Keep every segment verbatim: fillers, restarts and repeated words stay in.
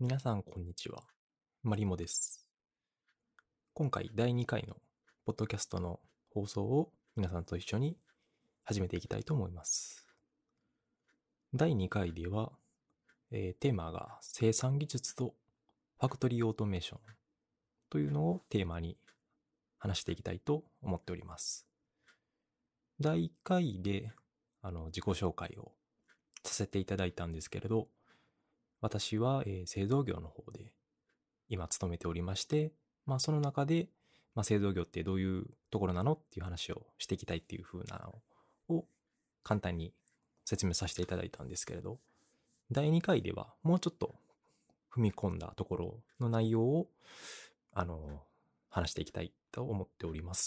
皆さんこんにちは。マリモです。今回だいにかいのポッドキャストの放送を皆さんと一緒に始めていきたいと思います。だいにかいでは、えー、テーマが生産技術とファクトリーオートメーションというのをテーマに話していきたいと思っております。だいいっかいであの自己紹介をさせていただいたんですけれど、私は、えー、製造業の方で今勤めておりまして、まあ、その中で、まあ、製造業ってどういうところなのっていう話をしていきたいっていう風なのを簡単に説明させていただいたんですけれど、だいにかいではもうちょっと踏み込んだところの内容をあの話していきたいと思っております。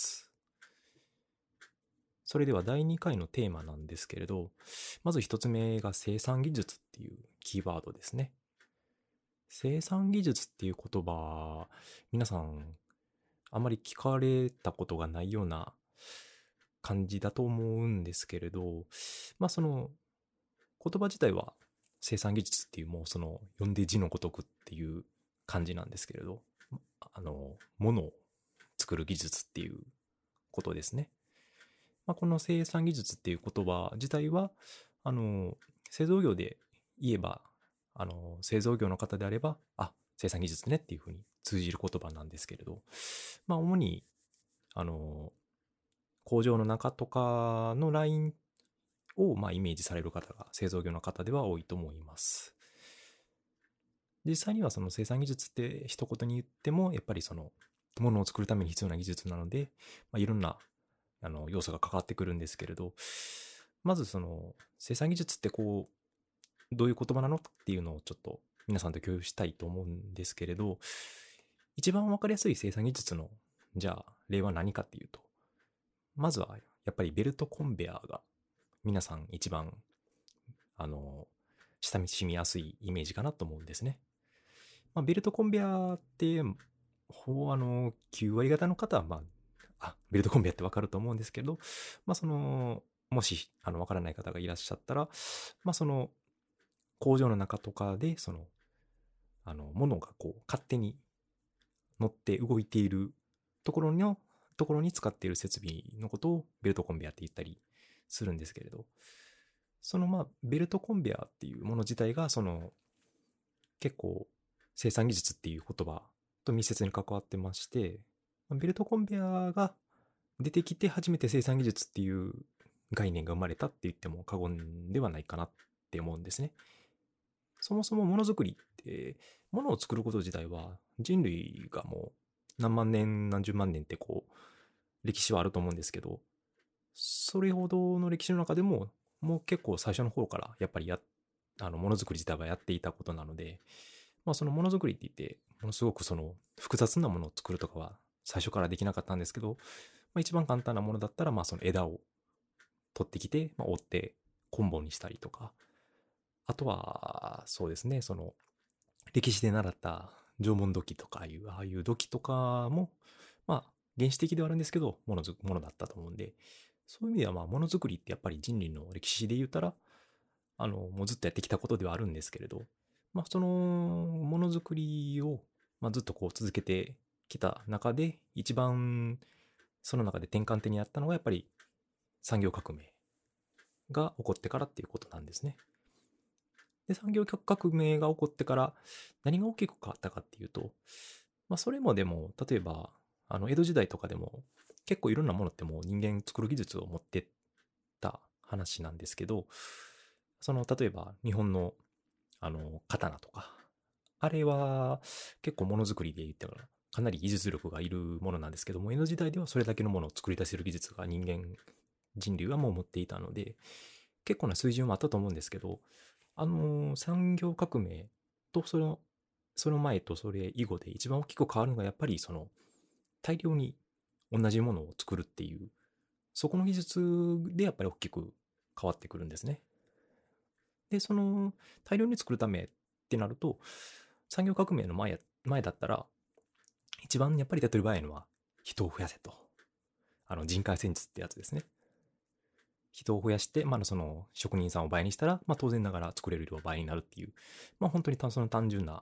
それではだいにかいのテーマなんですけれど、まず一つ目が生産技術っていうキーワードですね。生産技術っていう言葉、皆さんあまり聞かれたことがないような感じだと思うんですけれど、まあその言葉自体は生産技術っていうもうその読んで字のごとくっていう感じなんですけれど、あの、ものを作る技術っていうことですね。まあ、この生産技術っていう言葉自体は、あの、製造業で言えば、あの、製造業の方であれば、あ、生産技術ねっていうふうに通じる言葉なんですけれど、まあ、主に、あの、工場の中とかのラインを、まあ、イメージされる方が製造業の方では多いと思います。実際にはその生産技術って一言に言っても、やっぱりその、ものを作るために必要な技術なので、まあ、いろんなあの要素が関わってくるんですけれど、まずその生産技術ってこうどういう言葉なのっていうのをちょっと皆さんと共有したいと思うんですけれど、一番わかりやすい生産技術のじゃあ例は何かっていうと、まずはやっぱりベルトコンベアが皆さん一番あの親しみやすいイメージかなと思うんですね。まあ、ベルトコンベアってほあのきゅうわり方の方はまああ、ベルトコンベアってわかると思うんですけど、まあその、もし、あの、わからない方がいらっしゃったら、まあその、工場の中とかで、その、あの、ものがこう、勝手に乗って動いているところの、ところに使っている設備のことをベルトコンベアって言ったりするんですけれど、そのまあ、ベルトコンベアっていうもの自体が、その、結構、生産技術っていう言葉と密接に関わってまして、ベルトコンベアが出てきて初めて生産技術っていう概念が生まれたって言っても過言ではないかなって思うんですね。そもそもものづくりって、ものを作ること自体は人類がもう何万年何十万年ってこう歴史はあると思うんですけど、それほどの歴史の中でももう結構最初の頃からやっぱりやあのものづくり自体はやっていたことなので、まあそのものづくりって言ってものすごくその複雑なものを作るとかは最初からできなかったんですけど、まあ、一番簡単なものだったらまあその枝を取ってきて、まあ、折って棍棒にしたりとか、あとはそうですね、その歴史で習った縄文土器とかああいうああいう土器とかもまあ原始的ではあるんですけどものづものだったと思うんで、そういう意味ではまあものづくりってやっぱり人類の歴史で言ったらあのもうずっとやってきたことではあるんですけれど、まあそのものづくりをまあずっとこう続けてきた中で一番その中で転換点にあったのがやっぱり産業革命が起こってからっていうことなんですね。で、産業革命が起こってから何が大きく変わったかっていうと、まあそれもでも、例えば、あの、江戸時代とかでも結構いろんなものってもう人間作る技術を持ってった話なんですけど、その、例えば日本の、あの、刀とか、あれは結構ものづくりで言ってもかなり技術力がいるものなんですけども、江戸時代ではそれだけのものを作り出せる技術が人間、人類はもう持っていたので、結構な水準はあったと思うんですけど、あのー産業革命とその、その前とそれ以後で一番大きく変わるのがやっぱりその大量に同じものを作るっていう、そこの技術でやっぱり大きく変わってくるんですね。で、その大量に作るためってなると、産業革命の前前だったら、一番やっぱり手っ取り早いのは人を増やせと。あの人海戦術ってやつですね。人を増やして、まあ、その職人さんを倍にしたら、まあ、当然ながら作れる量は倍になるっていう、まあ、本当にその単純な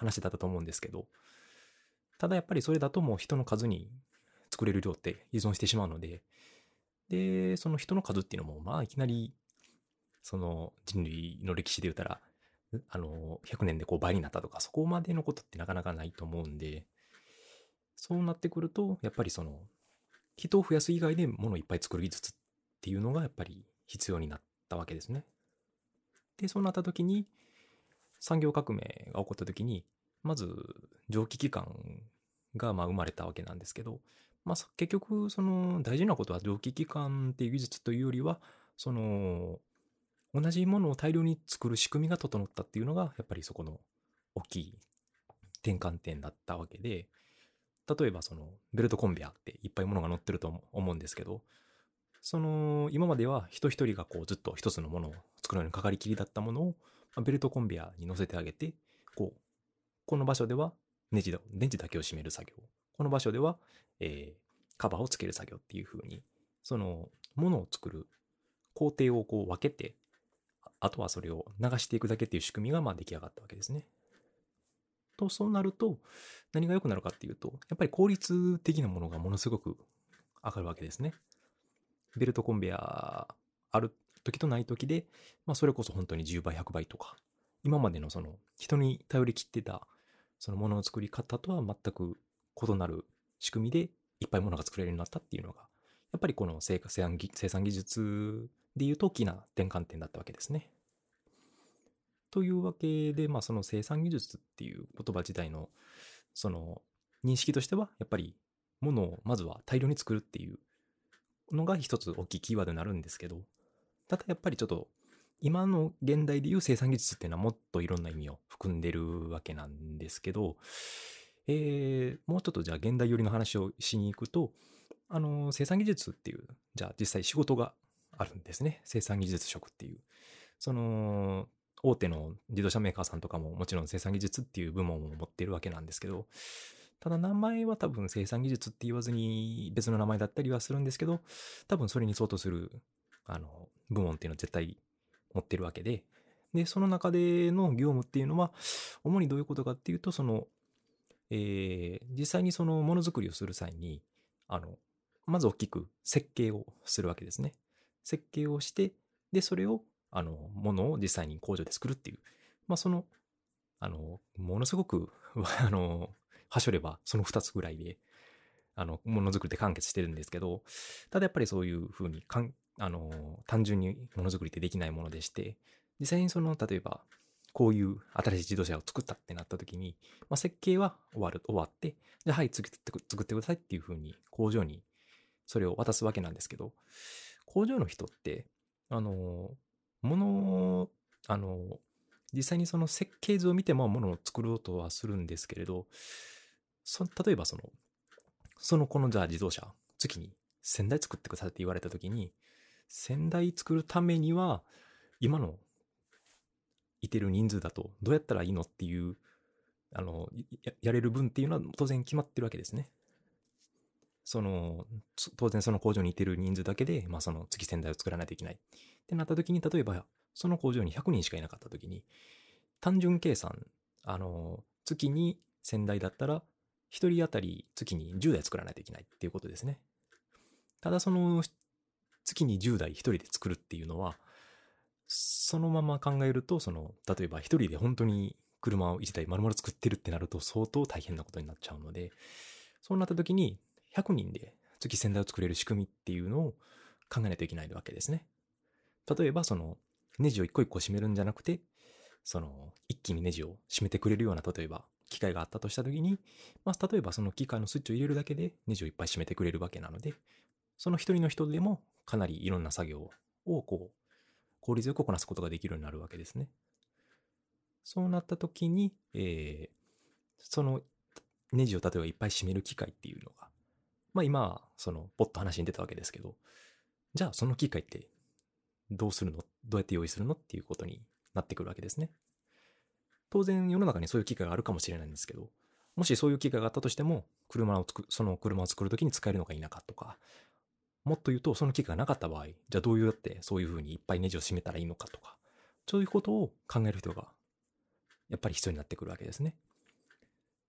話だったと思うんですけど、ただやっぱりそれだともう人の数に作れる量って依存してしまうので、で、その人の数っていうのも、まあいきなり、その人類の歴史で言ったら、あの、ひゃくねんでこう倍になったとか、そこまでのことってなかなかないと思うんで、そうなってくると、やっぱりその、人を増やす以外で物をいっぱい作る技術っていうのがやっぱり必要になったわけですね。で、そうなった時に、産業革命が起こった時に、まず蒸気機関がまあ生まれたわけなんですけど、まあ、結局その大事なことは蒸気機関っていう技術というよりは、その同じものを大量に作る仕組みが整ったっていうのがやっぱりそこの大きい転換点だったわけで、例えばそのベルトコンベヤーっていっぱいものが載ってると思うんですけど、その今までは人一人がこうずっと一つのものを作るのにかかりきりだったものをベルトコンベヤーに乗せてあげて、こうこの場所ではネジだネジだけを締める作業、この場所では、えー、カバーをつける作業っていう風に、そのものを作る工程をこう分けて、あとはそれを流していくだけっていう仕組みがまあ出来上がったわけですね。と、そうなると何が良くなるかっていうと、やっぱり効率的なものがものすごく上がるわけですね。ベルトコンベヤーある時とない時で、まあ、それこそ本当にじゅうばいひゃくばいとか、今までのその人に頼りきってたそのものの作り方とは全く異なる仕組みでいっぱいものが作れるようになったっていうのが、やっぱりこの生産生産技術でいうと大きな転換点だったわけですね。というわけで、まあ、その生産技術っていう言葉自体のその認識としては、やっぱりものをまずは大量に作るっていうのが一つ大きいキーワードになるんですけど、ただやっぱりちょっと今の現代でいう生産技術っていうのはもっといろんな意味を含んでるわけなんですけど、えー、もうちょっとじゃあ現代寄りの話をしに行くと、あの生産技術っていうじゃあ実際仕事があるんですね。生産技術職っていう、その大手の自動車メーカーさんとかももちろん生産技術っていう部門を持っているわけなんですけど、ただ名前は多分生産技術って言わずに別の名前だったりはするんですけど、多分それに相当するあの部門っていうのを絶対持ってるわけで、でその中での業務っていうのは主にどういうことかっていうと、その、えー、実際にそのものづくりをする際に、あのまず大きく設計をするわけですね。設計をして、でそれをあのものを実際に工場で作るっていう、まあそのあのものすごくあのはしょればそのふたつぐらいであのものづくりで完結してるんですけど、ただやっぱりそういうふうにかんあの単純にものづくりってできないものでして、実際にその例えばこういう新しい自動車を作ったってなった時に、まあ、設計は終わる終わって、じゃあはい次作ってくださいっていうふうに工場にそれを渡すわけなんですけど、工場の人ってあのものあの実際にその設計図を見てもものを作ろうとはするんですけれど、そ例えばそのそのこのじゃあ自動車月にせんだい作ってくださいって言われた時に、せんだい作るためには今のいてる人数だとどうやったらいいのっていうあの や, やれる分っていうのは当然決まってるわけですね。その当然その工場にいてる人数だけで、まあ、その月せんだいを作らないといけないってなった時に、例えばその工場にひゃくにんしかいなかった時に、単純計算あの月にせんだいだったらひとり当たり月にじゅうだい作らないといけないっていうことですね。ただその月にじゅうだいひとりで作るっていうのは、そのまま考えると、その例えばひとりで本当に車をいちだい丸々作ってるってなると相当大変なことになっちゃうので、そうなった時にひゃくにんで月せんだいを作れる仕組みっていうのを考えないといけないわけですね。例えばそのネジを一個一個締めるんじゃなくて、その一気にネジを締めてくれるような例えば機械があったとした時に、まあ、例えばその機械のスイッチを入れるだけでネジをいっぱい締めてくれるわけなので、その一人の人でもかなりいろんな作業をこう効率よくこなすことができるようになるわけですね。そうなった時に、えー、そのネジを例えばいっぱい締める機械っていうのが、まあ今はそのポッと話に出たわけですけど、じゃあその機械ってどうするの、どうやって用意するのっていうことになってくるわけですね。当然世の中にそういう機械があるかもしれないんですけど、もしそういう機械があったとしても、車を作その車を作るときに使えるのか否かとか、もっと言うとその機械がなかった場合、じゃあどうやってそういうふうにいっぱいネジを締めたらいいのかとか、そういうことを考える人がやっぱり必要になってくるわけですね。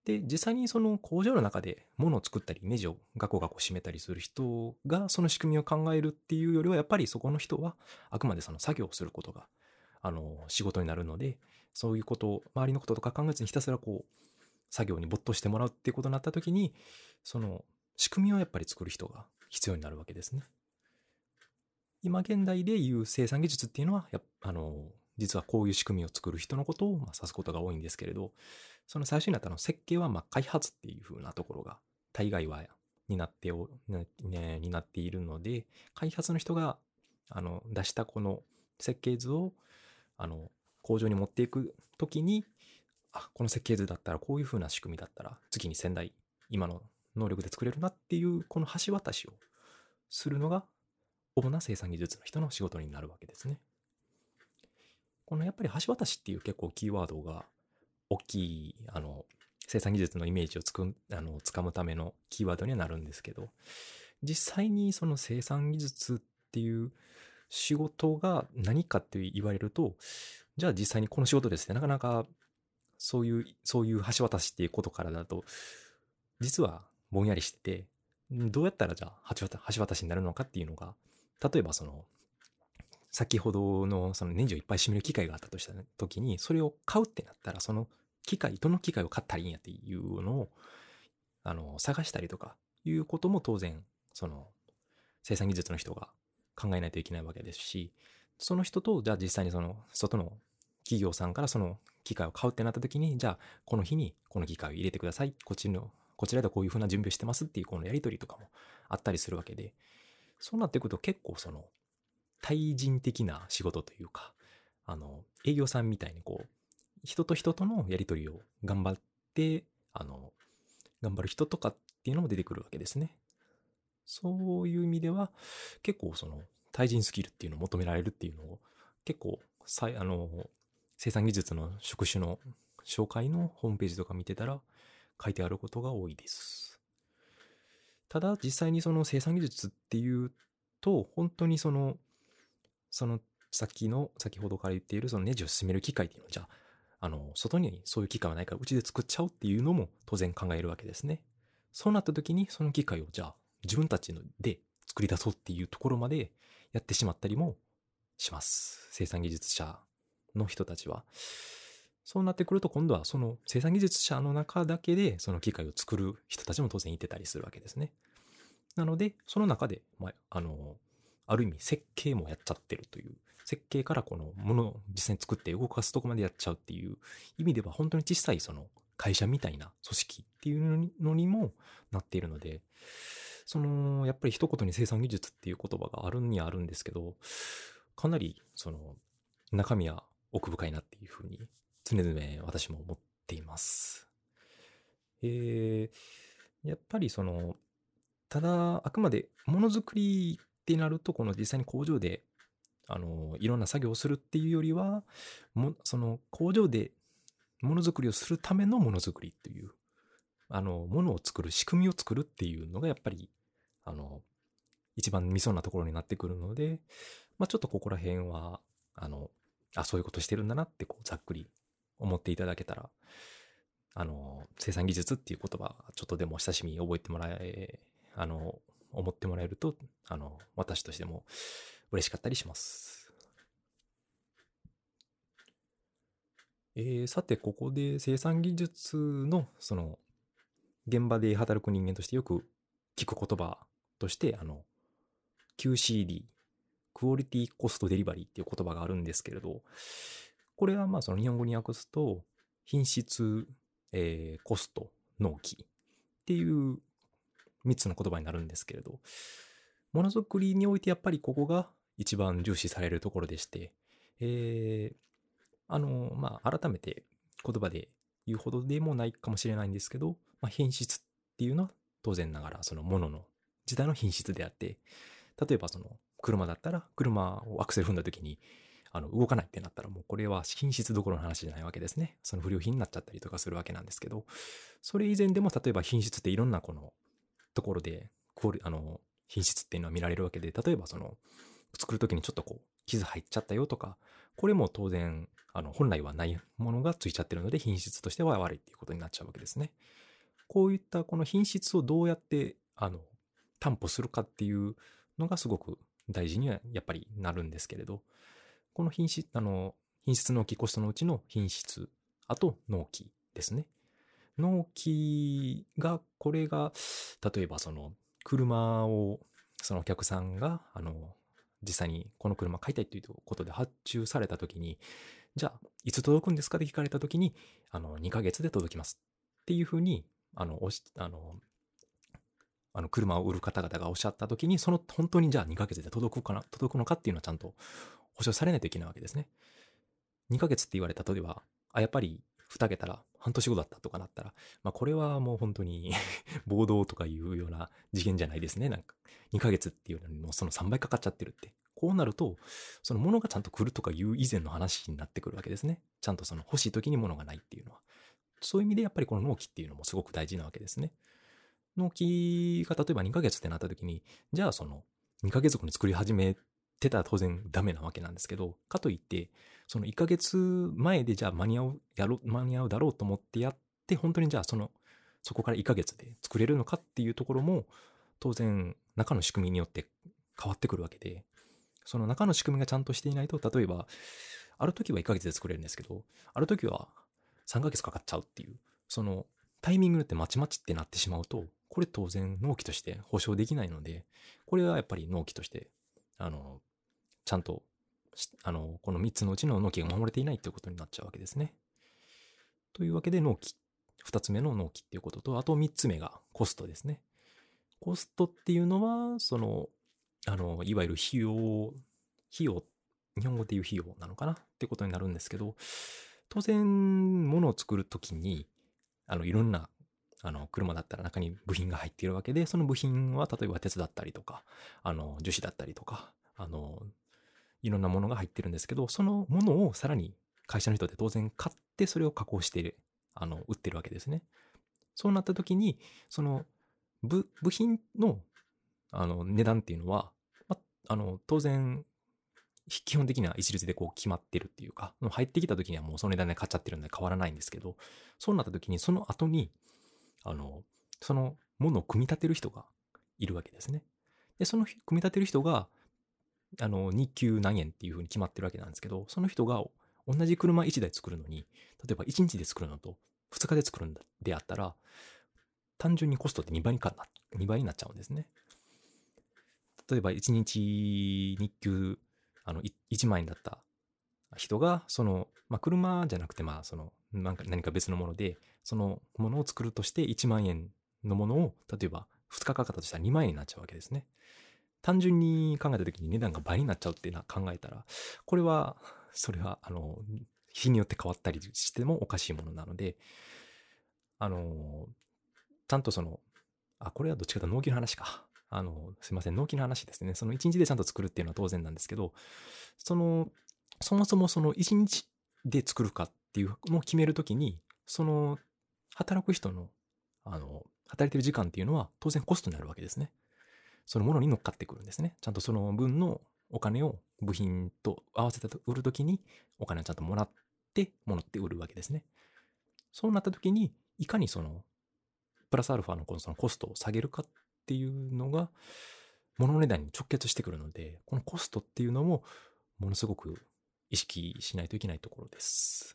で、実際にその工場の中で物を作ったり、ネジをガコガコ締めたりする人がその仕組みを考えるっていうよりは、やっぱりそこの人はあくまでその作業をすることが、あの、仕事になるので、そういうことを、周りのこととか考えずにひたすらこう、作業に没頭してもらうっていうことになった時に、その仕組みをやっぱり作る人が必要になるわけですね。今現代でいう生産技術っていうのは、やっあの、実はこういう仕組みを作る人のことをまあ指すことが多いんですけれど、その最初になったの設計はまあ開発っていう風なところが大概はになってお、ねね、になっているので、開発の人があの出したこの設計図をあの工場に持っていくときに、あ、この設計図だったらこういう風な仕組みだったら次に先代、今の能力で作れるなっていうこの橋渡しをするのが主な生産技術の人の仕事になるわけですね。このやっぱり橋渡しっていう結構キーワードが大きい、あの、生産技術のイメージをつくあのつかむためのキーワードにはなるんですけど、実際にその生産技術っていう仕事が何かって言われると、じゃあ実際にこの仕事ですね、なかなかそういう、そういう橋渡しっていうことからだと、実はぼんやりしてて、どうやったらじゃあ橋渡橋渡しになるのかっていうのが、例えばその、先ほどのそのネジをいっぱい締める機械があったとした時に、それを買うってなったら、その機械、どの機械を買ったらいいんやっていうのを、あの、探したりとかいうことも当然、その、生産技術の人が考えないといけないわけですし、その人と、じゃあ実際にその、外の企業さんからその機械を買うってなった時に、じゃあこの日にこの機械を入れてください。こっちの、こちらでこういうふうな準備をしてますっていうこのやり取りとかもあったりするわけで、そうなってくると結構その、対人的な仕事というか、あの、営業さんみたいにこう、人と人とのやり取りを頑張って、あの、頑張る人とかっていうのも出てくるわけですね。そういう意味では、結構その、対人スキルっていうのを求められるっていうのを、結構、さいあの、生産技術の職種の紹介のホームページとか見てたら書いてあることが多いです。ただ、実際にその生産技術っていうと、本当にその、その先の、先ほどから言っているそのネジを締める機械っていうのを、じゃあ、あの、外にそういう機械はないから、うちで作っちゃおうっていうのも当然考えるわけですね。そうなった時に、その機械をじゃあ、自分たちので作り出そうっていうところまでやってしまったりもします。生産技術者の人たちは。そうなってくると、今度はその生産技術者の中だけでその機械を作る人たちも当然いてたりするわけですね。なので、その中で、まあ、あの、ある意味設計もやっちゃってるという、設計からこのものを実際に作って動かすとこまでやっちゃうっていう意味では、本当に小さいその会社みたいな組織っていうのにもなっているので、その、やっぱり一言に生産技術っていう言葉があるにはあるんですけど、かなりその中身は奥深いなっていうふうに常々私も思っています。えー、やっぱりその、ただ、あくまでものづくりってなると、この実際に工場で、あの、いろんな作業をするっていうよりは、もその工場でものづくりをするためのものづくりっていう、あの、ものを作る、仕組みを作るっていうのがやっぱり、あの、一番ミソなところになってくるので、まあちょっとここら辺は、あの、あ、そういうことしてるんだなってこうざっくり思っていただけたら、あの、生産技術っていう言葉、ちょっとでも親しみ覚えてもらえ、あの、思ってもらえると、あの、私としても嬉しかったりします。えー、さて、ここで生産技術の、その、現場で働く人間としてよく聞く言葉として、あの、キューシーディー、クオリティコストデリバリーっていう言葉があるんですけれど、これはまあその日本語に訳すと、品質、えー、コスト、納期っていうみっつの言葉になるんですけれど、ものづくりにおいてやっぱりここが一番重視されるところでして、えー、あの、まあ、改めて言葉で言うほどでもないかもしれないんですけど、まあ、品質っていうのは当然ながらそのものの自体の品質であって、例えばその車だったら車をアクセル踏んだ時にあの動かないってなったらもうこれは品質どころの話じゃないわけですね。その不良品になっちゃったりとかするわけなんですけど、それ以前でも例えば品質っていろんなこのところであの品質っていうのは見られるわけで、例えばその作る時にちょっとこう傷入っちゃったよとか、これも当然あの、本来はないものがついちゃってるので、品質としては悪いっていうことになっちゃうわけですね。こういったこの品質をどうやって、あの、担保するかっていうのがすごく大事にはやっぱりなるんですけれど、この品質、あの、品質納期コストのうちの品質、あと納期ですね。納期が、これが、例えばその、車を、そのお客さんが、あの、実際にこの車買いたいということで発注されたときに、じゃあ、いつ届くんですかって聞かれたときに、あの、にかげつで届きますっていうふうに、あの、おし、あの、あの車を売る方々がおっしゃったときに、その本当にじゃあにかげつで届くかな、届くのかっていうのはちゃんと保証されないといけないわけですね。にかげつって言われた、例えば、あ、やっぱりに桁ら半年後だったとかなったら、まあこれはもう本当に暴動とかいうような次元じゃないですね。なんかにかげつっていうのにもそのさんばいかかっちゃってるって。こうなると、その物がちゃんと来るとかいう以前の話になってくるわけですね。ちゃんとその欲しい時に物がないっていうのは。そういう意味でやっぱりこの納期っていうのもすごく大事なわけですね。納期が例えばにかげつってなった時に、じゃあそのにかげつごに作り始めてたら当然ダメなわけなんですけど、かといって、そのいっかげつまえでじゃあ間に合う、やろ、間に合うだろうと思ってやって、本当にじゃあその、そこからいっかげつで作れるのかっていうところも、当然中の仕組みによって変わってくるわけで、その中の仕組みがちゃんとしていないと、例えば、ある時はいっかげつで作れるんですけど、ある時はさんかげつかかっちゃうっていう、そのタイミングによってまちまちってなってしまうと、これ当然納期として保証できないので、これはやっぱり納期として、あの、ちゃんと、あの、このみっつのうちの納期が守れていないということになっちゃうわけですね。というわけで納期、ふたつめの納期っていうことと、あとみっつめがコストですね。コストっていうのは、その、あの、いわゆる費用、費用、日本語で言う費用なのかなってことになるんですけど、当然、物を作るときに、あの、いろんな、あの、車だったら中に部品が入っているわけで、その部品は例えば鉄だったりとか、あの、樹脂だったりとか、あの、いろんなものが入ってるんですけど、そのものをさらに会社の人で当然買って、それを加工して、あの、売ってるわけですね。そうなった時に、その、部、部品の、あの、値段っていうのは、ま、あの、当然、基本的には一律でこう決まってるっていうか、入ってきた時にはもうその値段で買っちゃってるんで変わらないんですけど、そうなった時にその後に、あの、そのものを組み立てる人がいるわけですね。で、その組み立てる人が、あの、日給何円っていう風に決まってるわけなんですけど、その人が同じ車いちだい作るのに、例えばいちにちで作るのとふつかで作るんであったら、単純にコストってにばいにかな、にばいになっちゃうんですね。例えばいちにち日給、あの、いちまん円だった人が、その、まあ、車じゃなくて、まあ、その、なんか何か別のもので、そのものを作るとしていちまん円のものを、例えばふつかかかったとしたらにまん円になっちゃうわけですね。単純に考えた時に値段が倍になっちゃうっていうのは考えたら、これは、それは、あの、日によって変わったりしてもおかしいものなので、あの、ちゃんとその、あ、これはどっちかというと納期の話か。あの、すいません、納期の話ですね。そのいちにちでちゃんと作るっていうのは当然なんですけど、その、そもそもそのいちにちで作るかっていうのを決めるときに、その、働く人の、あの、働いてる時間っていうのは当然コストになるわけですね。そのものに乗っかってくるんですね。ちゃんとその分のお金を部品と合わせて売るときにお金をちゃんともらって物って売るわけですね。そうなったときに、いかにその、プラスアルファのこのそのコストを下げるかっていうのが、物の値段に直結してくるので、このコストっていうのも、ものすごく意識しないといけないところです。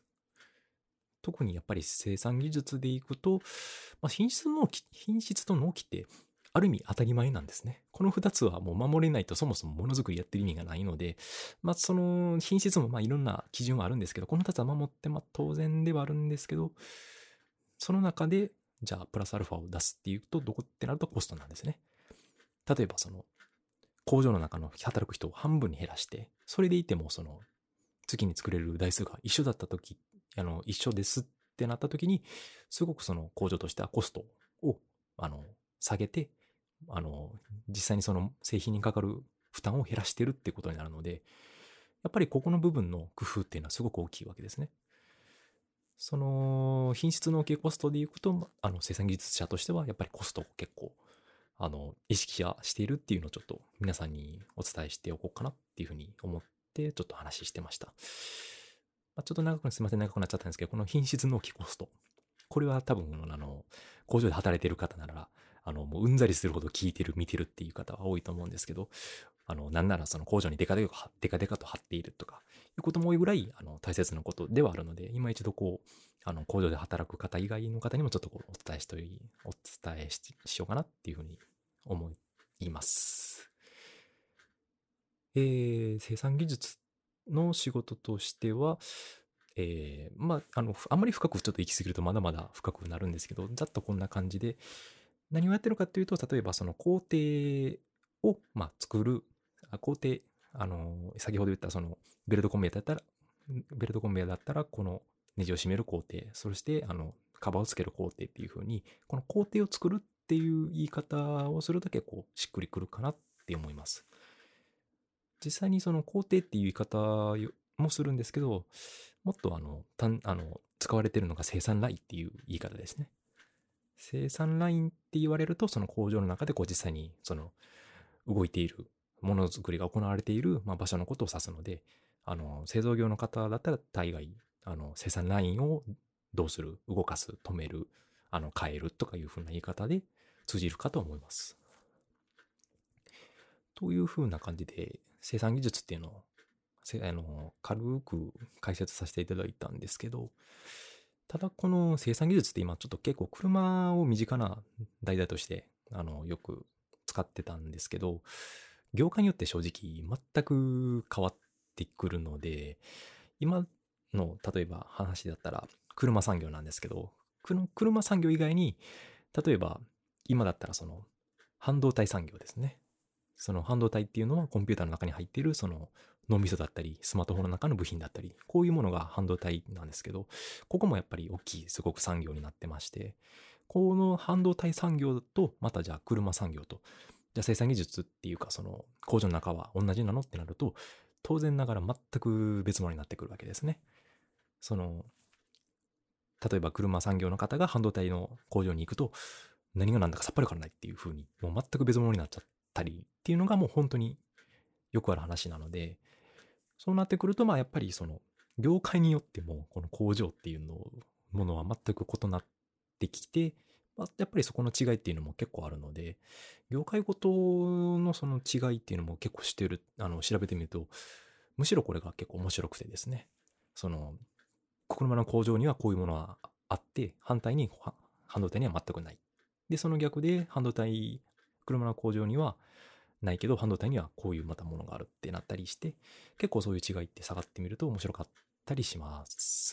特にやっぱり生産技術でいくと、まあ、品質の品質と納期ってある意味当たり前なんですね。この二つはもう守れないとそもそもものづくりやってる意味がないので、まあその品質もまあいろんな基準はあるんですけど、この二つは守ってまあ当然ではあるんですけど、その中でじゃあプラスアルファを出すっていうとどこってなるとコストなんですね。例えばその工場の中の働く人を半分に減らして、それでいてもその月に作れる台数が一緒だったとき、あの、一緒ですってなったときに、すごくその工場としてはコストを、あの、下げて、あの、実際にその製品にかかる負担を減らしてるってことになるので、やっぱりここの部分の工夫っていうのはすごく大きいわけですね。その、品質納期コストでいくと、あの、生産技術者としては、やっぱりコストを結構、あの、意識しているっていうのをちょっと皆さんにお伝えしておこうかなっていうふうに思って、ちょっと話してました。 あ、ちょっと長くすみません、長くなっちゃったんですけど、この品質納期コスト。これは多分、あの、工場で働いてる方なら、あの、もううんざりするほど聞いてる、見てるっていう方は多いと思うんですけど、あの、なんならその工場にデカデカ、デカデカと貼っているとか、いうことも多いぐらい、あの、大切なことではあるので、今一度こう、あの、工場で働く方以外の方にもちょっとこう、お伝えしとい、お伝えししようかなっていうふうに思います。えー、生産技術の仕事としては、えー、まあ、あの、あんまり深くちょっと行き過ぎるとまだまだ深くなるんですけど、ざっとこんな感じで、何をやってるかっていうと、例えばその工程を、まあ、作る、あ工程、あの、先ほど言ったそのベルトコンベヤーだったら、ベルトコンベヤーだったら、このネジを締める工程、そして、あの、カバーをつける工程っていう風に、この工程を作るっていう言い方をすると結構しっくりくるかなって思います。実際にその工程っていう言い方もするんですけど、もっとあの、たんあの使われてるのが生産ラインっていう言い方ですね。生産ラインって言われると、その工場の中でこう実際にその動いている、ものづくりが行われている、まあ、場所のことを指すので、あの、製造業の方だったら大概、あの、生産ラインをどうする、動かす、止める、あの、変えるとかいうふうな言い方で通じるかと思います。というふうな感じで、生産技術っていうのを、あの、軽く解説させていただいたんですけど、ただこの生産技術って今ちょっと結構車を身近な題材としてあのよく使ってたんですけど、業界によって正直全く変わってくるので、今の例えば話だったら車産業なんですけど、この車産業以外に、例えば今だったらその半導体産業ですね。その半導体っていうのはコンピューターの中に入っているその脳みそだったりスマートフォンの中の部品だったり、こういうものが半導体なんですけど、ここもやっぱり大きいすごく産業になってまして、この半導体産業とまたじゃあ車産業と、じゃあ生産技術っていうかその工場の中は同じなのってなると、当然ながら全く別物になってくるわけですね。その例えば車産業の方が半導体の工場に行くと、何が何だかさっぱりわからないっていう風に、もう全く別物になっちゃったりっていうのがもう本当によくある話なので、そうなってくると、まあやっぱりその、業界によってもこの工場っていうのものは全く異なってきて、まあ、やっぱりそこの違いっていうのも結構あるので、業界ごとのその違いっていうのも結構してる、あの、調べてみると、むしろこれが結構面白くてですね、その、車の工場にはこういうものはあって、反対に半導体には全くない。で、その逆で半導体、車の工場にはないけど、半導体にはこういうまたものがあるってなったりして、結構そういう違いって下がってみると面白かったりします。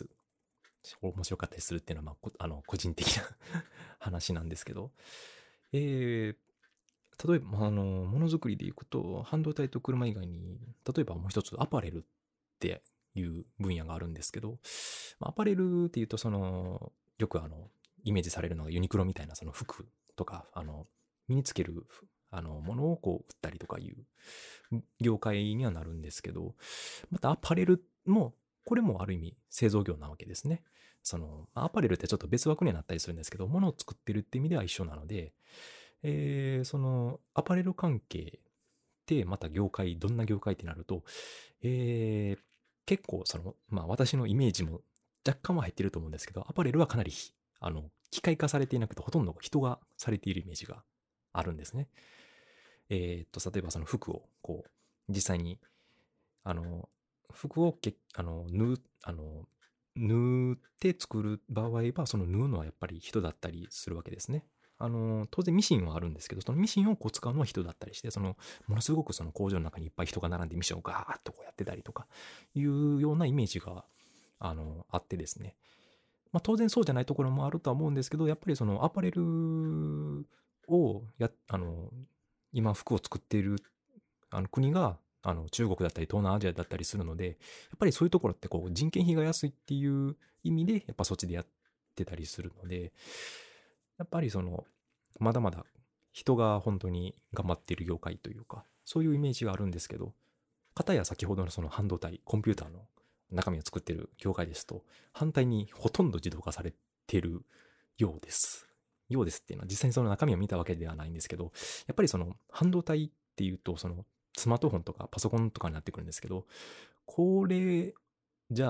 面白かったりするっていうのは、まあ、あの、個人的な話なんですけど、えー、例えば、あの、ものづくりでいくと、半導体と車以外に、例えばもう一つアパレルっていう分野があるんですけど、アパレルっていうと、その、よくあの、イメージされるのがユニクロみたいなその服とか、あの、身につける、あの、ものをこう、売ったりとかいう業界にはなるんですけど、またアパレルも、これもある意味製造業なわけですね。その、アパレルってちょっと別枠にはなったりするんですけど、物を作ってるって意味では一緒なので、えー、その、アパレル関係ってまた業界、どんな業界ってなると、えー、結構その、まあ私のイメージも若干は入ってると思うんですけど、アパレルはかなり、あの、機械化されていなくて、ほとんど人がされているイメージがあるんですね。えー、っと、例えばその服を、こう、実際に、あの、服をけ、あの、縫う、あの、縫って作る場合は、その縫うのはやっぱり人だったりするわけですね。あの、当然ミシンはあるんですけど、そのミシンをこう使うのは人だったりして、その、ものすごくその工場の中にいっぱい人が並んでミシンをガーッとこうやってたりとか、いうようなイメージが、あの、あってですね。まあ当然そうじゃないところもあるとは思うんですけど、やっぱりそのアパレルをや、あの、今服を作っているあの国が、あの中国だったり東南アジアだったりするので、やっぱりそういうところってこう人件費が安いっていう意味で、やっぱそっちでやってたりするので、やっぱりその、まだまだ人が本当に頑張っている業界というか、そういうイメージがあるんですけど、かたや先ほどのその半導体、コンピューターの中身を作っている業界ですと、反対にほとんど自動化されているようです。ようですっていうのは実際にその中身を見たわけではないんですけど、やっぱりその半導体っていうと、そのスマートフォンとかパソコンとかになってくるんですけど、これ、じゃあ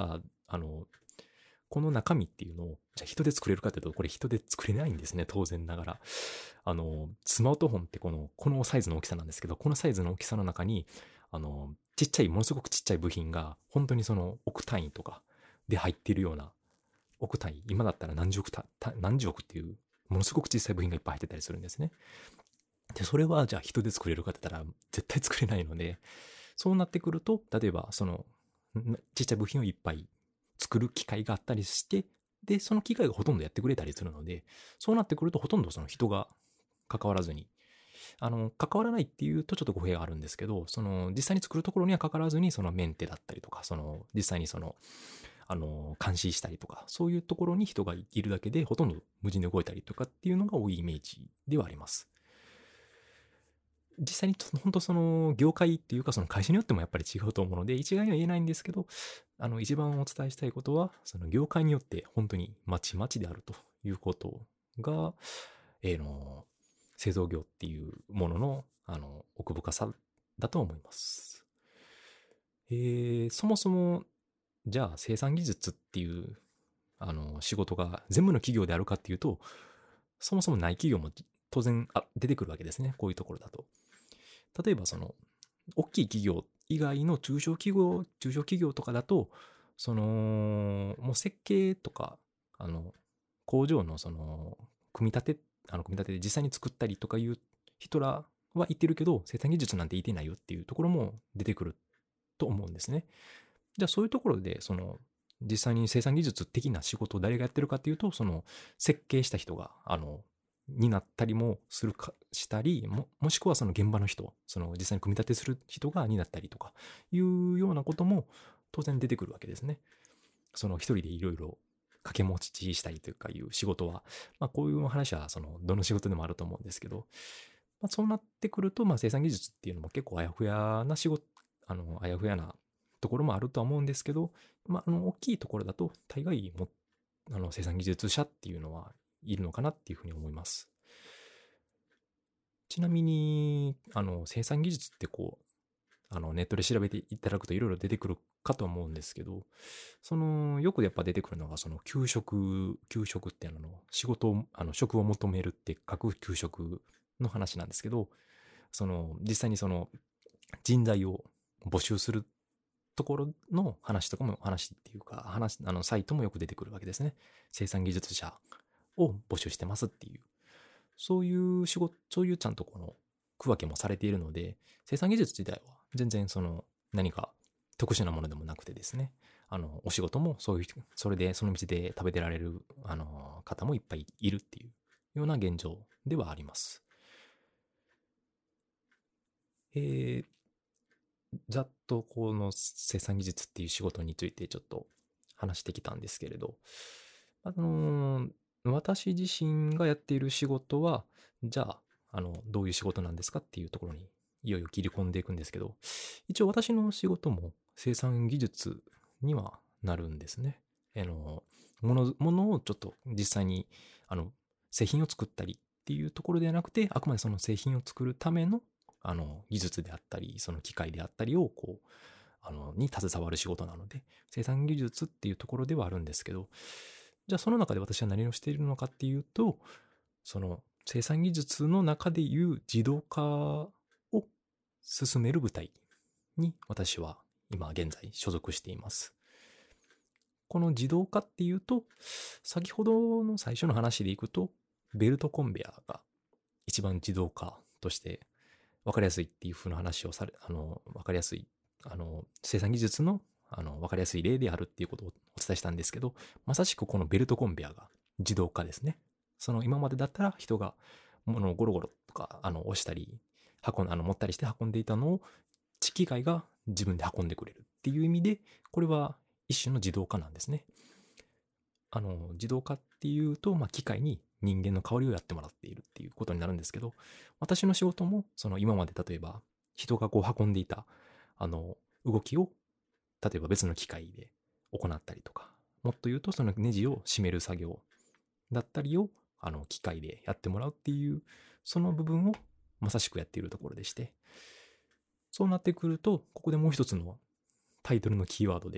あの、この中身っていうのを、じゃあ人で作れるかというと、これ人で作れないんですね、当然ながら。あの、スマートフォンってこの、このサイズの大きさなんですけど、このサイズの大きさの中に、あの、ちっちゃい、ものすごくちっちゃい部品が、本当にその億単位とかで入っているような、億単位、今だったら何十億た、何十億っていう、ものすごく小さい部品がいっぱい入ってたりするんですね。で、それはじゃあ人で作れるかって言ったら、絶対作れないので、そうなってくると、例えばその、ちっちゃい部品をいっぱい作る機械があったりして、で、その機械がほとんどやってくれたりするので、そうなってくるとほとんどその人が関わらずに、あの、関わらないっていうとちょっと語弊があるんですけど、その、実際に作るところには関わらずに、そのメンテだったりとか、その、実際にその、あの、監視したりとか、そういうところに人がいるだけで、ほとんど無人で動いたりとかっていうのが多いイメージではあります。実際に本当その業界っていうかその会社によってもやっぱり違うと思うので一概には言えないんですけど、あの一番お伝えしたいことはその業界によって本当にまちまちであるということが、えー、の製造業っていうもののあの奥深さだと思います。えー、そもそもじゃあ生産技術っていうあの仕事が全部の企業であるかっていうとそもそもない企業も当然あ出てくるわけですね、こういうところだと。例えばその大きい企業以外の中小企業中小企業とかだとそのもう設計とかあの工場のその組み立てあの組み立てで実際に作ったりとかいう人らは言ってるけど生産技術なんて言ってないよっていうところも出てくると思うんですね。じゃあそういうところでその実際に生産技術的な仕事を誰がやってるかっていうとその設計した人があのになったりもするかしたり も, もしくはその現場の人その実際に組み立てする人がになったりとかいうようなことも当然出てくるわけですね。その一人でいろいろ掛け持ちしたりというかいう仕事は、まあ、こういう話はそのどの仕事でもあると思うんですけど、まあ、そうなってくると、まあ、生産技術っていうのも結構あやふやな仕事あのあやふやなところもあるとは思うんですけど、まあ、あの大きいところだと大概もあの生産技術者っていうのはいるのかなっていうふうに思います。ちなみにあの生産技術ってこうあのネットで調べていただくといろいろ出てくるかと思うんですけど、そのよくやっぱ出てくるのがその給食給食っていうのの仕事をあの職を求めるって書く給食の話なんですけど、その実際にその人材を募集するところの話とかも話っていうか話あのサイトもよく出てくるわけですね。生産技術者を募集してますっていう、そういう仕事そういうちゃんとこの区分けもされているので、生産技術自体は全然その何か特殊なものでもなくてですね、あのお仕事もそういうそれでその道で食べてられるあの方もいっぱいいるっていうような現状ではあります。えー、ざっとこの生産技術っていう仕事についてちょっと話してきたんですけれど、あのー私自身がやっている仕事は、じゃあ、あの、どういう仕事なんですかっていうところにいよいよ切り込んでいくんですけど、一応私の仕事も生産技術にはなるんですね。あの、もの、ものをちょっと実際に、あの、製品を作ったりっていうところではなくて、あくまでその製品を作るための、あの、技術であったり、その機械であったりを、こう、あの、に携わる仕事なので、生産技術っていうところではあるんですけど、じゃあその中で私は何をしているのかっていうと、その生産技術の中でいう自動化を進める部隊に私は今現在所属しています。この自動化っていうと、先ほどの最初の話でいくと、ベルトコンベヤーが一番自動化として分かりやすいっていう風な話をされ、あの、分かりやすい、あの、生産技術のあの、わかりやすい例であるっていうことをお伝えしたんですけど、まさしくこのベルトコンベヤーが自動化ですね。その今までだったら人が物をゴロゴロとか、あの、押したり、運ん、あの、持ったりして運んでいたのを、機械が自分で運んでくれるっていう意味で、これは一種の自動化なんですね。あの、自動化っていうと、まあ、機械に人間の代わりをやってもらっているっていうことになるんですけど、私の仕事も、その今まで例えば、人がこう運んでいた、あの、動きを例えば別の機械で行ったりとか、もっと言うとそのネジを締める作業だったりをあの機械でやってもらうっていう、その部分をまさしくやっているところでして、そうなってくると、ここでもう一つのタイトルのキーワードで、フ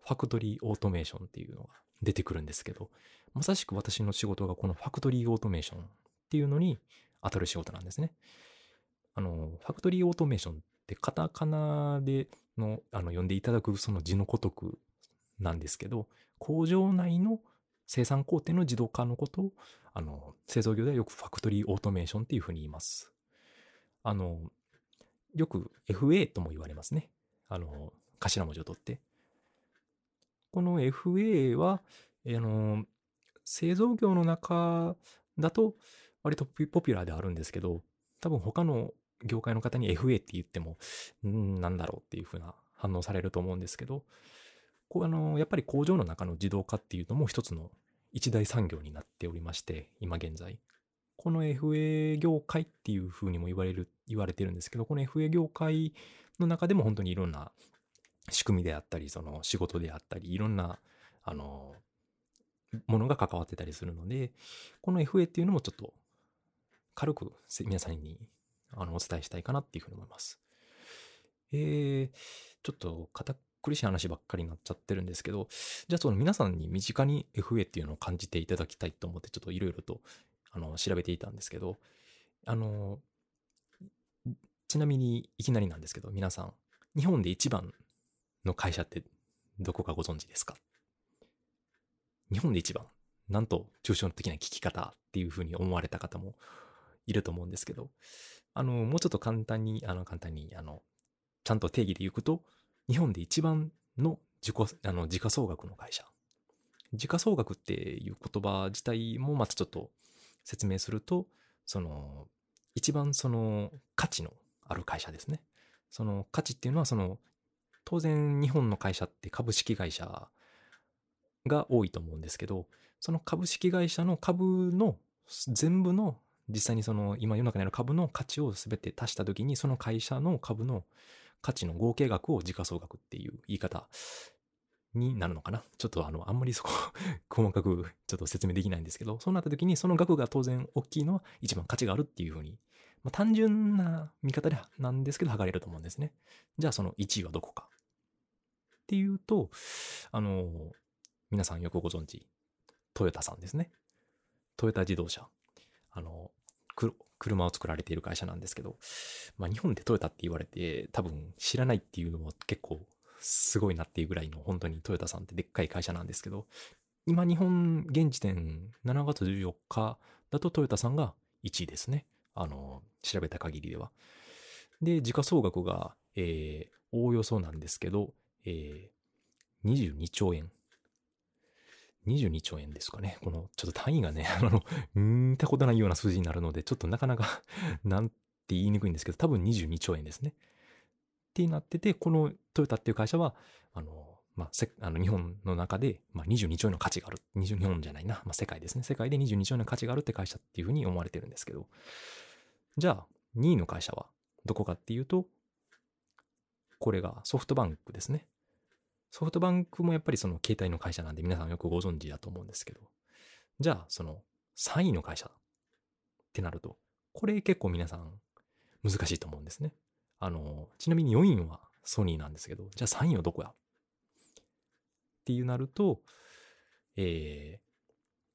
ファクトリーオートメーションっていうのが出てくるんですけど、まさしく私の仕事がこのファクトリーオートメーションっていうのに当たる仕事なんですね。あの、ファクトリーオートメーションってカタカナでの、あの、読んでいただくその字のごとくなんですけど、工場内の生産工程の自動化のことを、あの、製造業ではよくファクトリーオートメーションっていうふうに言います。あの、よく エフエー とも言われますね。あの、頭文字を取って。この エフエー は、あの、製造業の中だと割とポピュラーであるんですけど、多分他の業界の方に エフエー って言っても、んなんだろうっていう風な反応されると思うんですけど、こうあのやっぱり工場の中の自動化っていうのも一つの一大産業になっておりまして、今現在。この エフエー 業界っていう風にも言われる、言われてるんですけど、この エフエー 業界の中でも本当にいろんな仕組みであったり、その仕事であったり、いろんな、あの、ものが関わってたりするので、この エフエー っていうのもちょっと軽く皆さんにあのお伝えしたいかなっていうふうに思います。えー、ちょっと堅苦しい話ばっかりになっちゃってるんですけど、じゃあその皆さんに身近に エフエー っていうのを感じていただきたいと思ってちょっといろいろとあの調べていたんですけど、あの、ちなみにいきなりなんですけど、皆さん、日本で一番の会社ってどこかご存知ですか？日本で一番、なんと抽象的な聞き方っていうふうに思われた方もいると思うんですけど、あの、もうちょっと簡単に、あの、簡単に、あの、ちゃんと定義で言うと、日本で一番の自己、あの、時価総額の会社。時価総額っていう言葉自体もまたちょっと説明すると、その、一番その価値のある会社ですね。その価値っていうのは、その、当然日本の会社って株式会社が多いと思うんですけど、その株式会社の株の全部の実際にその今世の中にある株の価値を全て足したときに、その会社の株の価値の合計額を時価総額っていう言い方になるのかな。ちょっとあの、あんまりそこ細かくちょっと説明できないんですけど、そうなった時にその額が当然大きいのは一番価値があるっていうふうに、まあ、単純な見方でなんですけど測れると思うんですね。じゃあそのいちいはどこかっていうと、あの、皆さんよくご存知、トヨタさんですね。トヨタ自動車。あの、車を作られている会社なんですけど、まあ日本でトヨタって言われて多分知らないっていうのも結構すごいなっていうぐらいの本当にトヨタさんってでっかい会社なんですけど、今日本現時点しちがつじゅうよっかだとトヨタさんがいちいですね。あの、調べた限りでは。で、時価総額が、えー、おおよそなんですけど、えー、にじゅうにちょうえん。にじゅうにちょうえんですかね。この、ちょっと単位がね、あの、見たことないような数字になるので、ちょっとなかなかなんて言いにくいんですけど、多分にじゅうにちょうえんですね。ってなってて、このトヨタっていう会社は、あの、まあ、せあの日本の中で、まあ、にじゅうにちょうえんの価値がある。にじゅう、日本じゃないな。まあ、世界ですね。世界でにじゅうにちょうえんの価値があるって会社っていうふうに思われてるんですけど、じゃあ、にいの会社はどこかっていうと、これがソフトバンクですね。ソフトバンクもやっぱりその携帯の会社なんで皆さんよくご存知だと思うんですけど、じゃあそのさんいの会社ってなると、これ結構皆さん難しいと思うんですね。あの、ちなみによんいはソニーなんですけど、じゃあさんいはどこやっていうなると、えー、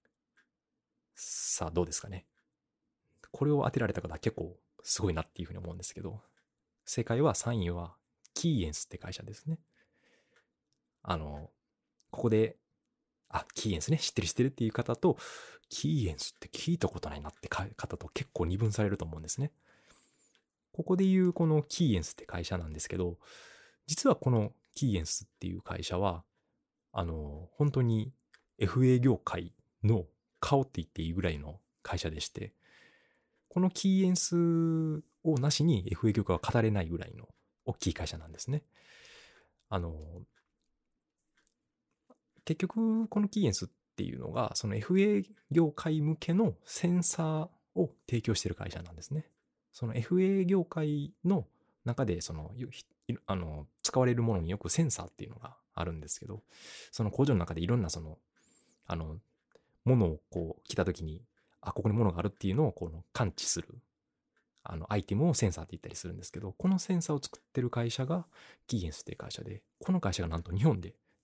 さあどうですかね。これを当てられた方は結構すごいなっていうふうに思うんですけど、正解はさんいはキーエンスって会社ですね。あの、ここで、あ、キーエンスね、知ってる知ってるっていう方と、キーエンスって聞いたことないなって方と結構二分されると思うんですね。ここでいうこのキーエンスって会社なんですけど、実はこのキーエンスっていう会社は、あの、本当に エフエー 業界の顔って言っていいぐらいの会社でして、このキーエンスをなしに エフエー 業界は語れないぐらいの大きい会社なんですね。あの、結局このキーエンスっていうのがその エフエー 業界向けのセンサーを提供している会社なんですね。その エフエー 業界の中でそのあの使われるものによくセンサーっていうのがあるんですけど、その工場の中でいろんなそのあのものをこう来た時に、あ、ここに物があるっていうのをこの感知するあのアイテムをセンサーって言ったりするんですけど、このセンサーを作ってる会社がキーエンスっていう会社で、この会社がなんと日本で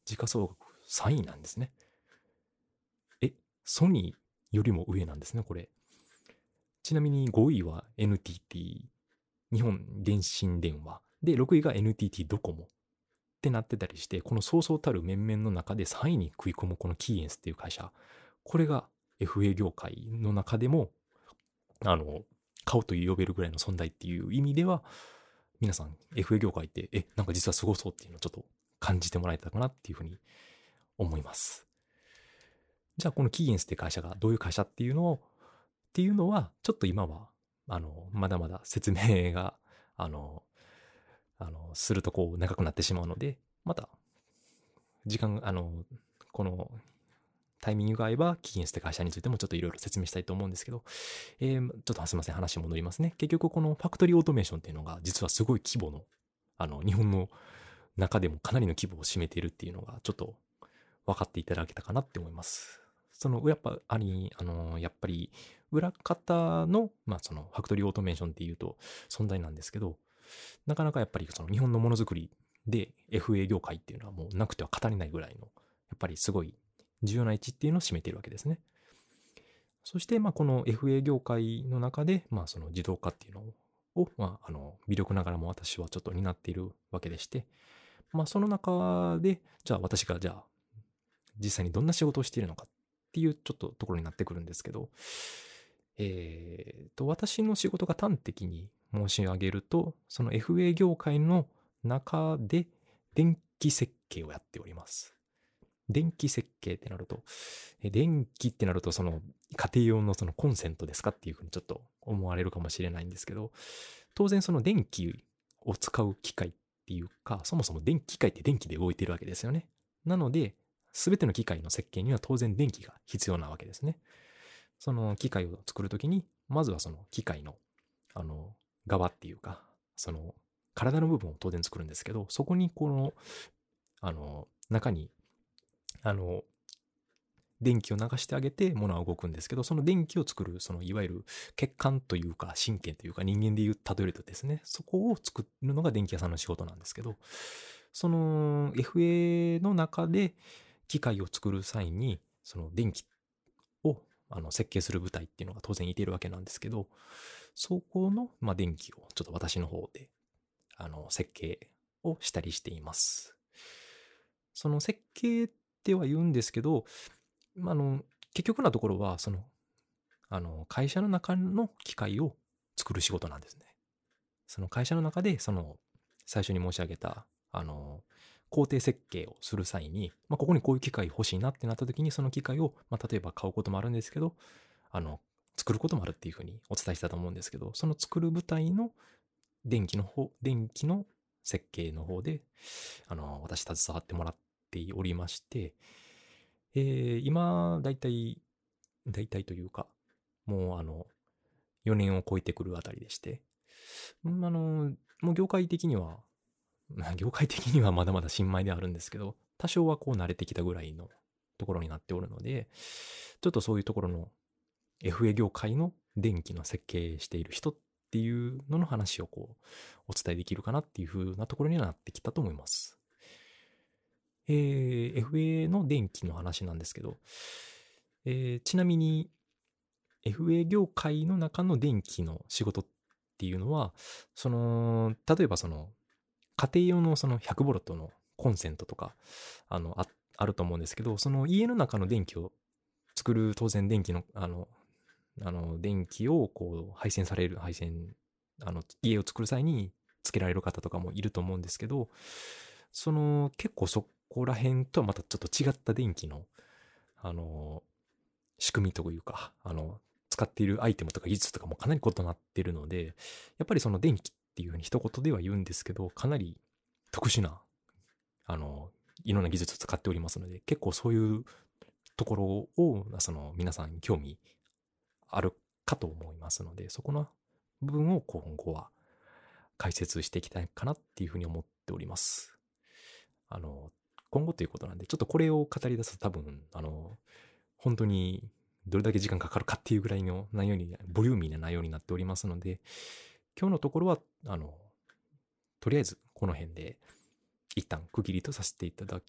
時価総額さんいなんですね。え、ソニーよりも上なんですね、これ。ちなみにごいは エヌティーティー、日本電信電話。で、ろくいが エヌティーティー ドコモってなってたりして、このそうそうたる面々の中でさんいに食い込むこのキーエンスっていう会社、これが エフエー 業界の中でも、あの、顔と呼べるぐらいの存在っていう意味では、皆さん エフエー 業界って、え、なんか実はすごそうっていうのをちょっと感じてもらえたかなっていうふうに思います。じゃあこのキーエンスって会社がどういう会社っていうのを、っていうのは、ちょっと今は、あの、まだまだ説明が、あの、あの、するとこう長くなってしまうので、また、時間、あの、このタイミングが合えば、キーエンスって会社についてもちょっといろいろ説明したいと思うんですけど、えー、ちょっとすみません、話戻りますね。結局このファクトリーオートメーションっていうのが、実はすごい規模の、あの、日本の中でもかなりの規模を占めているっていうのが、ちょっと分かっていただけたかなって思います。その、やっぱ、あり、あの、やっぱり、裏方の、まあ、その、ファクトリーオートメーションっていうと、存在なんですけど、なかなかやっぱり、その、日本のものづくりで エフエー 業界っていうのはもうなくては語れないぐらいの、やっぱりすごい重要な位置っていうのを占めているわけですね。そして、まあ、この エフエー 業界の中で、まあ、その自動化っていうのを、まあ、あの、微力ながらも私はちょっと担っているわけでして、まあ、その中で、じゃあ私が、じゃあ、実際にどんな仕事をしているのかっていうちょっとところになってくるんですけど、えーと、私の仕事が端的に申し上げると、その エフエー 業界の中で電気設計をやっております。電気設計ってなると、電気ってなるとその家庭用のそのコンセントですかっていうふうにちょっと思われるかもしれないんですけど、当然その電気を使う機械っていうか、そもそも電気機械って電気で動いてるわけですよね。なので、すべての機械の設計には当然電気が必要なわけですね。その機械を作るときに、まずはその機械の、あの、側っていうか、その、体の部分を当然作るんですけど、そこにこの、あの、中に、あの、電気を流してあげて物は動くんですけど、その電気を作る、そのいわゆる血管というか神経というか人間でいう例えるとですね、そこを作るのが電気屋さんの仕事なんですけど、その エフエー の中で機械を作る際に、その電気をあの設計する部隊っていうのが当然いているわけなんですけど、そこの、まあ、電気をちょっと私の方であの設計をしたりしています。その設計っては言うんですけど、あの結局のところはそのあの会社の中の機械を作る仕事なんですね。その会社の中でその最初に申し上げたあの工程設計をする際に、まあ、ここにこういう機械欲しいなってなった時にその機械を、まあ、例えば買うこともあるんですけど、あの作ることもあるっていうふうにお伝えしたと思うんですけど、その作る部隊の電気の方電気の設計の方であの私携わってもらっておりまして、えー、今だいたいだいたいというかもうあのよねんを超えてくるあたりでして、あのもう業界的には業界的にはまだまだ新米ではあるんですけど、多少はこう慣れてきたぐらいのところになっておるので、ちょっとそういうところの エフエー 業界の電気の設計している人っていうのの話をこうお伝えできるかなっていう風なところにはなってきたと思います。えー、エフエー の電気の話なんですけど、えー、ちなみに エフエー 業界の中の電気の仕事っていうのは、その、例えばその、家庭用のそのひゃくボルトのコンセントとか、あの、あ、あると思うんですけど、その家の中の電気を作る当然電気の、あの、あの、電気をこう配線される、配線、あの、家を作る際につけられる方とかもいると思うんですけど、その、結構そこら辺とはまたちょっと違った電気の、あの、仕組みというか、あの、使っているアイテムとか技術とかもかなり異なっているので、やっぱりその電気っていうふうに一言では言うんですけど、かなり特殊な、あの、いろんな技術を使っておりますので、結構そういうところを、その皆さんに興味あるかと思いますので、そこの部分を今後は解説していきたいかなっていうふうに思っております。あの、今後ということなんで、ちょっとこれを語り出すと多分、あの、本当にどれだけ時間かかるかっていうぐらいの内容に、ボリューミーな内容になっておりますので、今日のところは、あの、とりあえずこの辺で一旦区切りとさせていただき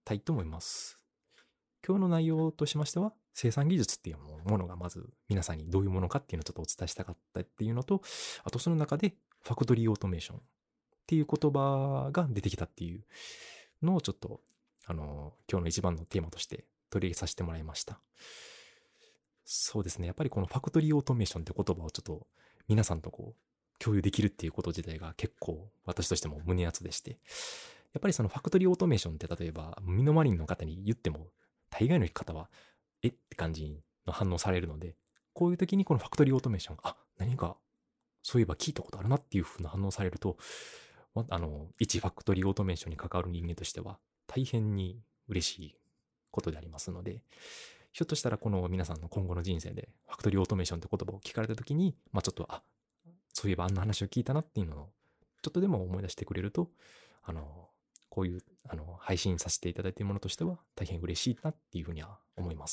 たいと思います。今日の内容としましては、生産技術っていうものがまず皆さんにどういうものかっていうのをちょっとお伝えしたかったっていうのと、あとその中でファクトリーオートメーションっていう言葉が出てきたっていうのをちょっと、あの、今日の一番のテーマとして取り入れさせてもらいました。そうですね。やっぱりこのファクトリーオートメーションって言葉をちょっと皆さんとこう共有できるっていうこと自体が結構私としても胸熱でして、やっぱりそのファクトリーオートメーションって例えば身の回りの方に言っても大概の方はえって感じの反応されるので、こういう時にこのファクトリーオートメーション、あ、何かそういえば聞いたことあるなっていう風な反応されると、あの、一ファクトリーオートメーションに関わる人間としては大変に嬉しいことでありますので、ひょっとしたらこの皆さんの今後の人生でファクトリーオートメーションって言葉を聞かれた時に、まあちょっと、あ、そういえばあんな話を聞いたなっていうのをちょっとでも思い出してくれると、あの、こういうあの配信させていただいているものとしては大変嬉しいなっていうふうには思います。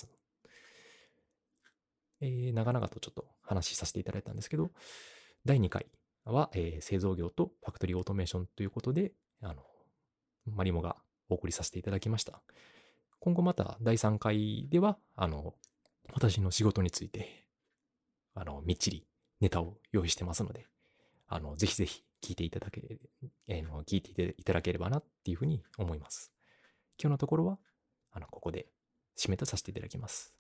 えー、長々とちょっと話しさせていただいたんですけど、だいにかいは、えー、製造業とファクトリーオートメーションということで、あの、マリモがお送りさせていただきました。今後まただいさんかいでは、あの、私の仕事について、あの、みっちりネタを用意してますので、あの、ぜひぜひ聞いていただけ、えー、聞いていただければなっていうふうに思います。今日のところは、あの、ここで締めとさせていただきます。